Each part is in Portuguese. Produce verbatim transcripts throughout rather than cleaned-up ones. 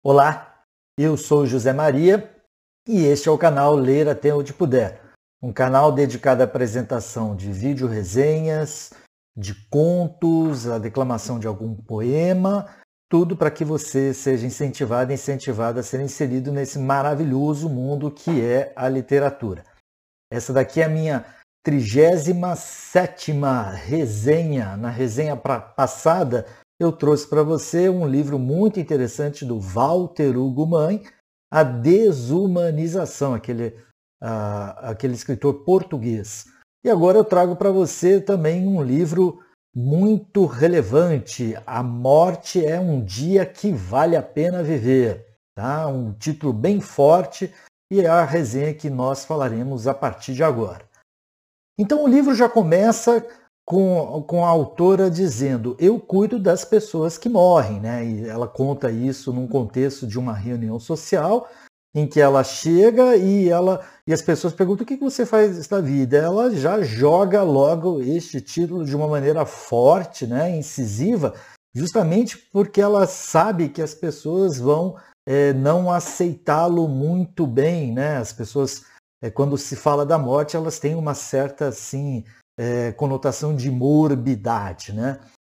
Olá, eu sou José Maria e este é o canal Ler Até Onde Puder, um canal dedicado à apresentação de vídeo-resenhas, de contos, a declamação de algum poema, tudo para que você seja incentivado e incentivada a ser inserido nesse maravilhoso mundo que é a literatura. Essa daqui é a minha trigésima sétima resenha. Na resenha passada, eu trouxe para você um livro muito interessante do Walter Hugo Mãe, A Desumanização, aquele, uh, aquele escritor português. E agora eu trago para você também um livro muito relevante, A Morte é um Dia que Vale a Pena Viver. Tá? Um título bem forte e é a resenha que nós falaremos a partir de agora. Então o livro já começa com, com a autora dizendo: eu cuido das pessoas que morrem, né? E ela conta isso num contexto de uma reunião social em que ela chega e, ela, e as pessoas perguntam: o que você faz da vida? Ela já joga logo este título de uma maneira forte, né? Incisiva, justamente porque ela sabe que as pessoas vão é, não aceitá-lo muito bem, né? As pessoas, é, quando se fala da morte, elas têm uma certa, assim, É, conotação de morbidade, né?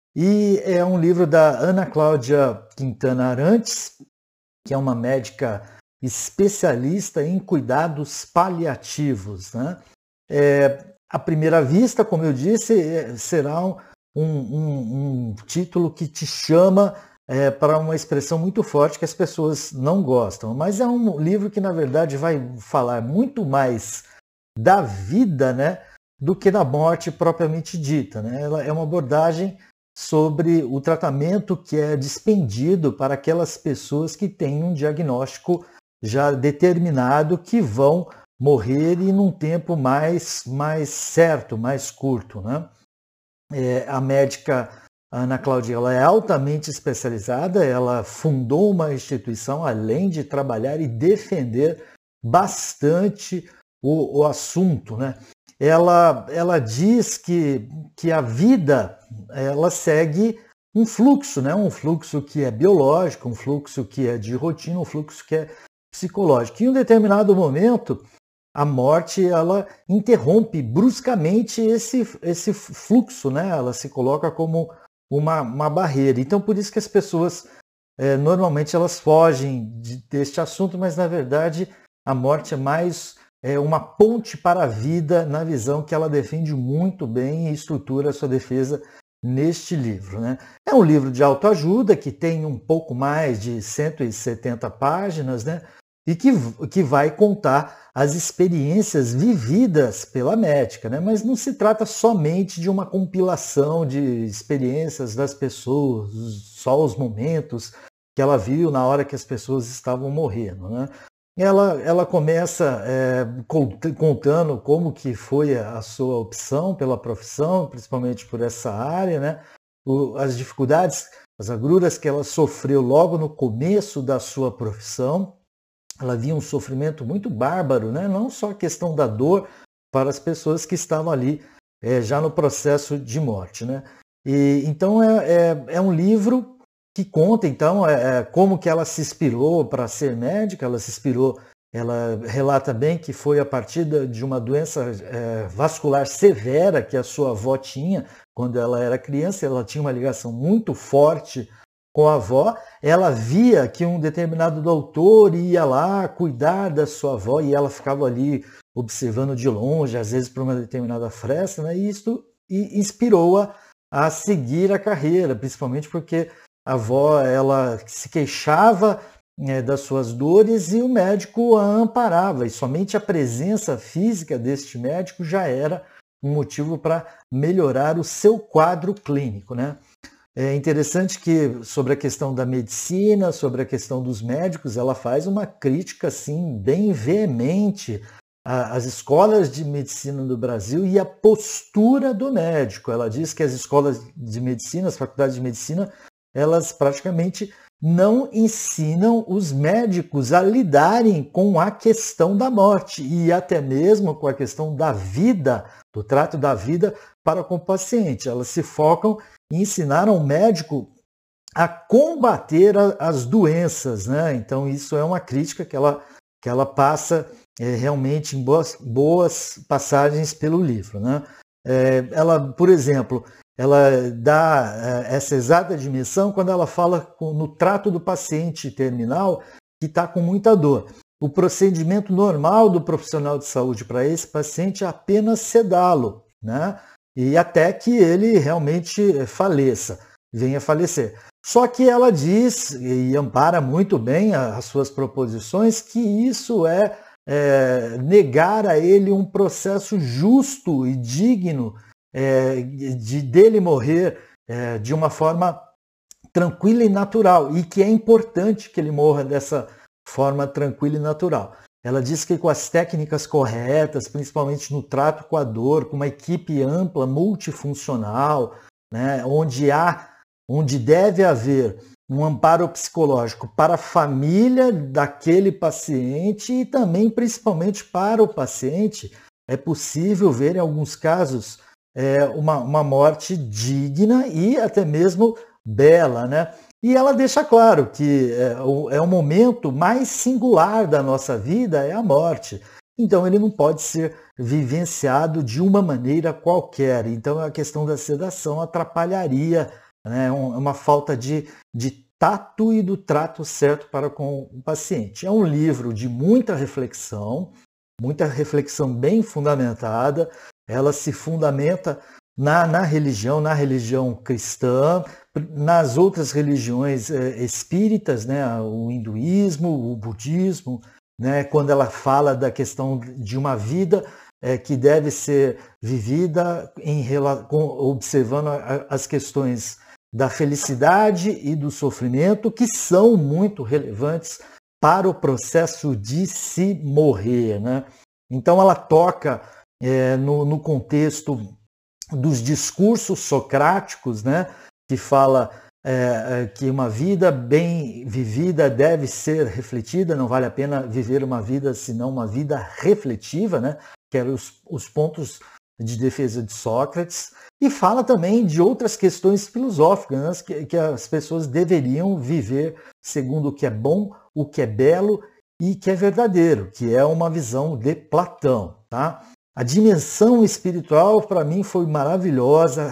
E é um livro da Ana Cláudia Quintana Arantes, que é uma médica especialista em cuidados paliativos, né? É, à primeira vista, como eu disse, é, será um, um, um título que te chama é, para uma expressão muito forte que as pessoas não gostam, mas é um livro que, na verdade, vai falar muito mais da vida, né, do que da morte propriamente dita, né? Ela é uma abordagem sobre o tratamento que é dispendido para aquelas pessoas que têm um diagnóstico já determinado, que vão morrer e num tempo mais, mais certo, mais curto, né? É, a médica Ana Cláudia, ela é altamente especializada, ela fundou uma instituição, além de trabalhar e defender bastante o, o assunto, né? Ela, ela diz que, que a vida ela segue um fluxo, né? Um fluxo que é biológico, um fluxo que é de rotina, um fluxo que é psicológico. E em um determinado momento, a morte ela interrompe bruscamente esse, esse fluxo, né? Ela se coloca como uma, uma barreira. Então, por isso que as pessoas, é, normalmente, elas fogem de, deste assunto, mas, na verdade, a morte é mais é uma ponte para a vida, na visão que ela defende muito bem e estrutura a sua defesa neste livro, né? É um livro de autoajuda que tem um pouco mais de cento e setenta páginas, né? E que, que vai contar as experiências vividas pela médica, né? Mas não se trata somente de uma compilação de experiências das pessoas, só os momentos que ela viu na hora que as pessoas estavam morrendo, né? Ela, ela começa é, contando como que foi a sua opção pela profissão, principalmente por essa área, né? O, as dificuldades, as agruras que ela sofreu logo no começo da sua profissão. Ela via um sofrimento muito bárbaro, né? Não só a questão da dor para as pessoas que estavam ali é, já no processo de morte, né? E, então é, é, é um livro que conta, então, é, como que ela se inspirou para ser médica. Ela se inspirou, ela relata bem que foi a partir de uma doença é, vascular severa que a sua avó tinha quando ela era criança. Ela tinha uma ligação muito forte com a avó. Ela via que um determinado doutor ia lá cuidar da sua avó e ela ficava ali observando de longe, às vezes por uma determinada fresta, né? E isso inspirou-a a seguir a carreira, principalmente porque a avó, ela se queixava é, das suas dores e o médico a amparava. E somente a presença física deste médico já era um motivo para melhorar o seu quadro clínico, né? É interessante que, sobre a questão da medicina, sobre a questão dos médicos, ela faz uma crítica assim, bem veemente às escolas de medicina do Brasil e à postura do médico. Ela diz que as escolas de medicina, as faculdades de medicina, elas praticamente não ensinam os médicos a lidarem com a questão da morte e até mesmo com a questão da vida, do trato da vida para com o paciente. Elas se focam em ensinar ao médico a combater a, as doenças, né? Então isso é uma crítica que ela, que ela passa é, realmente em boas, boas passagens pelo livro, né? É, ela, por exemplo, ela dá é, essa exata dimensão quando ela fala com, no trato do paciente terminal que está com muita dor. O procedimento normal do profissional de saúde para esse paciente é apenas sedá-lo, né? E até que ele realmente faleça, venha a falecer. Só que ela diz, e ampara muito bem as suas proposições, que isso é, é negar a ele um processo justo e digno é, de dele morrer é, de uma forma tranquila e natural, e que é importante que ele morra dessa forma tranquila e natural. Ela diz que com as técnicas corretas, principalmente no trato com a dor, com uma equipe ampla, multifuncional, né, onde há, onde deve haver um amparo psicológico para a família daquele paciente e também principalmente para o paciente, é possível ver em alguns casos é, uma, uma morte digna e até mesmo bela, né? E ela deixa claro que é, o, é o momento mais singular da nossa vida, é a morte. Então ele não pode ser vivenciado de uma maneira qualquer. Então a questão da sedação atrapalharia, né, uma falta de, de tato e do trato certo para com o paciente. É um livro de muita reflexão, muita reflexão bem fundamentada. Ela se fundamenta na, na religião, na religião cristã, nas outras religiões é, espíritas, né, o hinduísmo, o budismo, né, quando ela fala da questão de uma vida é, que deve ser vivida em, com, observando a, as questões da felicidade e do sofrimento, que são muito relevantes para o processo de se morrer, né? Então ela toca é, no, no contexto dos discursos socráticos, né, que fala é, que uma vida bem vivida deve ser refletida, não vale a pena viver uma vida senão uma vida refletiva, né, que eram os, os pontos de defesa de Sócrates, e fala também de outras questões filosóficas, né, que, que as pessoas deveriam viver segundo o que é bom, o que é belo e que é verdadeiro, que é uma visão de Platão, tá? A dimensão espiritual, para mim, foi maravilhosa, a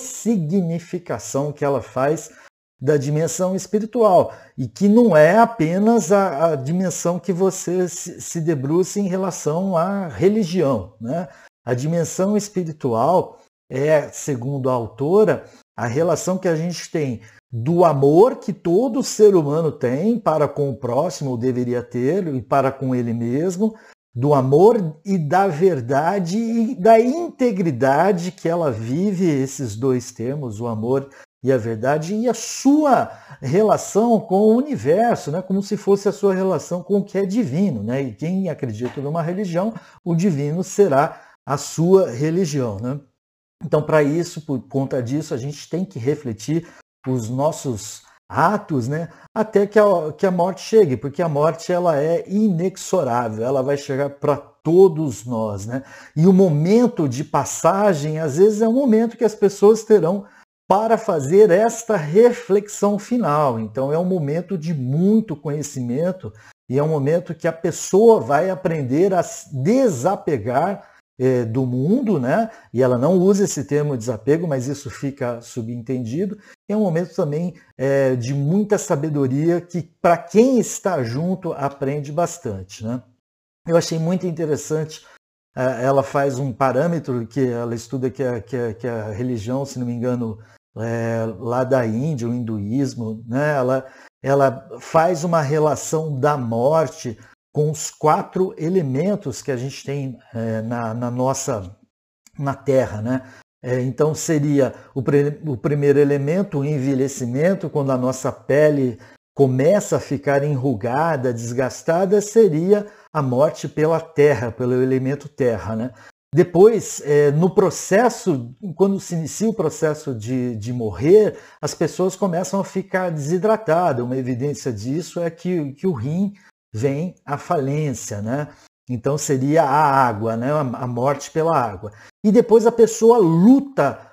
ressignificação que ela faz da dimensão espiritual, e que não é apenas a, a dimensão que você se, se debruça em relação à religião, né? A dimensão espiritual é, segundo a autora, a relação que a gente tem do amor que todo ser humano tem para com o próximo, ou deveria ter, e para com ele mesmo, do amor e da verdade e da integridade que ela vive, esses dois termos, o amor e a verdade, e a sua relação com o universo, né? Como se fosse a sua relação com o que é divino, né? E quem acredita numa religião, o divino será a sua religião, né? Então, para isso, por conta disso, a gente tem que refletir os nossos atos, né, até que a, que a morte chegue, porque a morte ela é inexorável, ela vai chegar para todos nós, né? E o momento de passagem, às vezes, é um momento que as pessoas terão para fazer esta reflexão final. Então, é um momento de muito conhecimento e é um momento que a pessoa vai aprender a desapegar é, do mundo, né? E ela não usa esse termo desapego, mas isso fica subentendido. É um momento também é, de muita sabedoria que, para quem está junto, aprende bastante, né? Eu achei muito interessante, ela faz um parâmetro que ela estuda que a, que a, que a religião, se não me engano, é, lá da Índia, o hinduísmo, né? ela, ela faz uma relação da morte com os quatro elementos que a gente tem é, na, na nossa na Terra, né? É, então seria o, pre, o primeiro elemento, o envelhecimento, quando a nossa pele começa a ficar enrugada, desgastada, seria a morte pela terra, pelo elemento terra, né? Depois, é, no processo, quando se inicia o processo de, de morrer, as pessoas começam a ficar desidratadas. Uma evidência disso é que, que o rim vem à falência, né? Então seria a água, né? A morte pela água. E depois a pessoa luta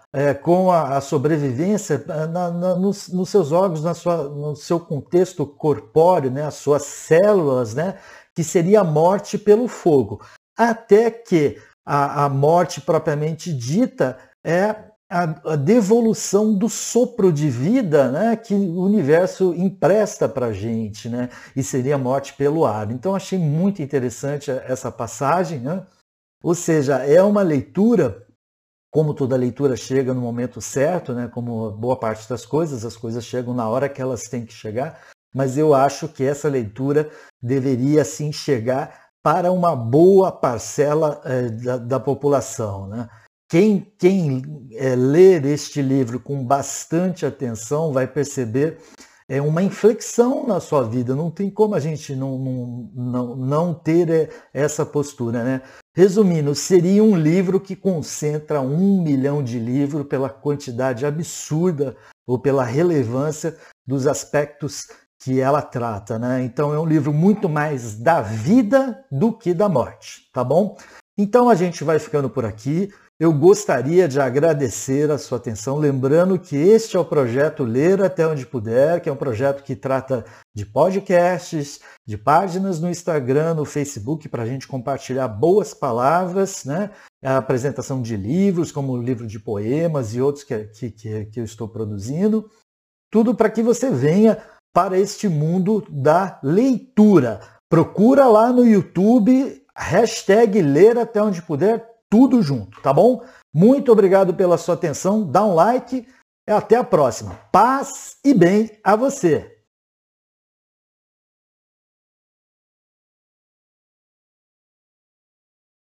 é, com a, a sobrevivência na, na, nos, nos seus órgãos, na sua, no seu contexto corpóreo, né, as suas células, né, que seria a morte pelo fogo. Até que a, a morte propriamente dita é a, a devolução do sopro de vida, né, que o universo empresta para a gente, né, e seria a morte pelo ar. Então achei muito interessante essa passagem, né? Ou seja, é uma leitura, como toda leitura chega no momento certo, né? Como boa parte das coisas, as coisas chegam na hora que elas têm que chegar, mas eu acho que essa leitura deveria sim chegar para uma boa parcela é, da, da população, né? Quem, quem é, ler este livro com bastante atenção vai perceber é uma inflexão na sua vida. Não tem como a gente não, não, não, não ter essa postura, né? Resumindo, seria um livro que concentra um milhão de livros pela quantidade absurda ou pela relevância dos aspectos que ela trata, né? Então é um livro muito mais da vida do que da morte, tá bom? Então a gente vai ficando por aqui. Eu gostaria de agradecer a sua atenção, lembrando que este é o projeto Ler Até Onde Puder, que é um projeto que trata de podcasts, de páginas no Instagram, no Facebook, para a gente compartilhar boas palavras, né? A apresentação de livros, como o livro de poemas e outros que, que, que eu estou produzindo. Tudo para que você venha para este mundo da leitura. Procura lá no YouTube, hashtag Ler Até Onde Puder, tudo junto, tá bom? Muito obrigado pela sua atenção, dá um like e até a próxima. Paz e bem a você!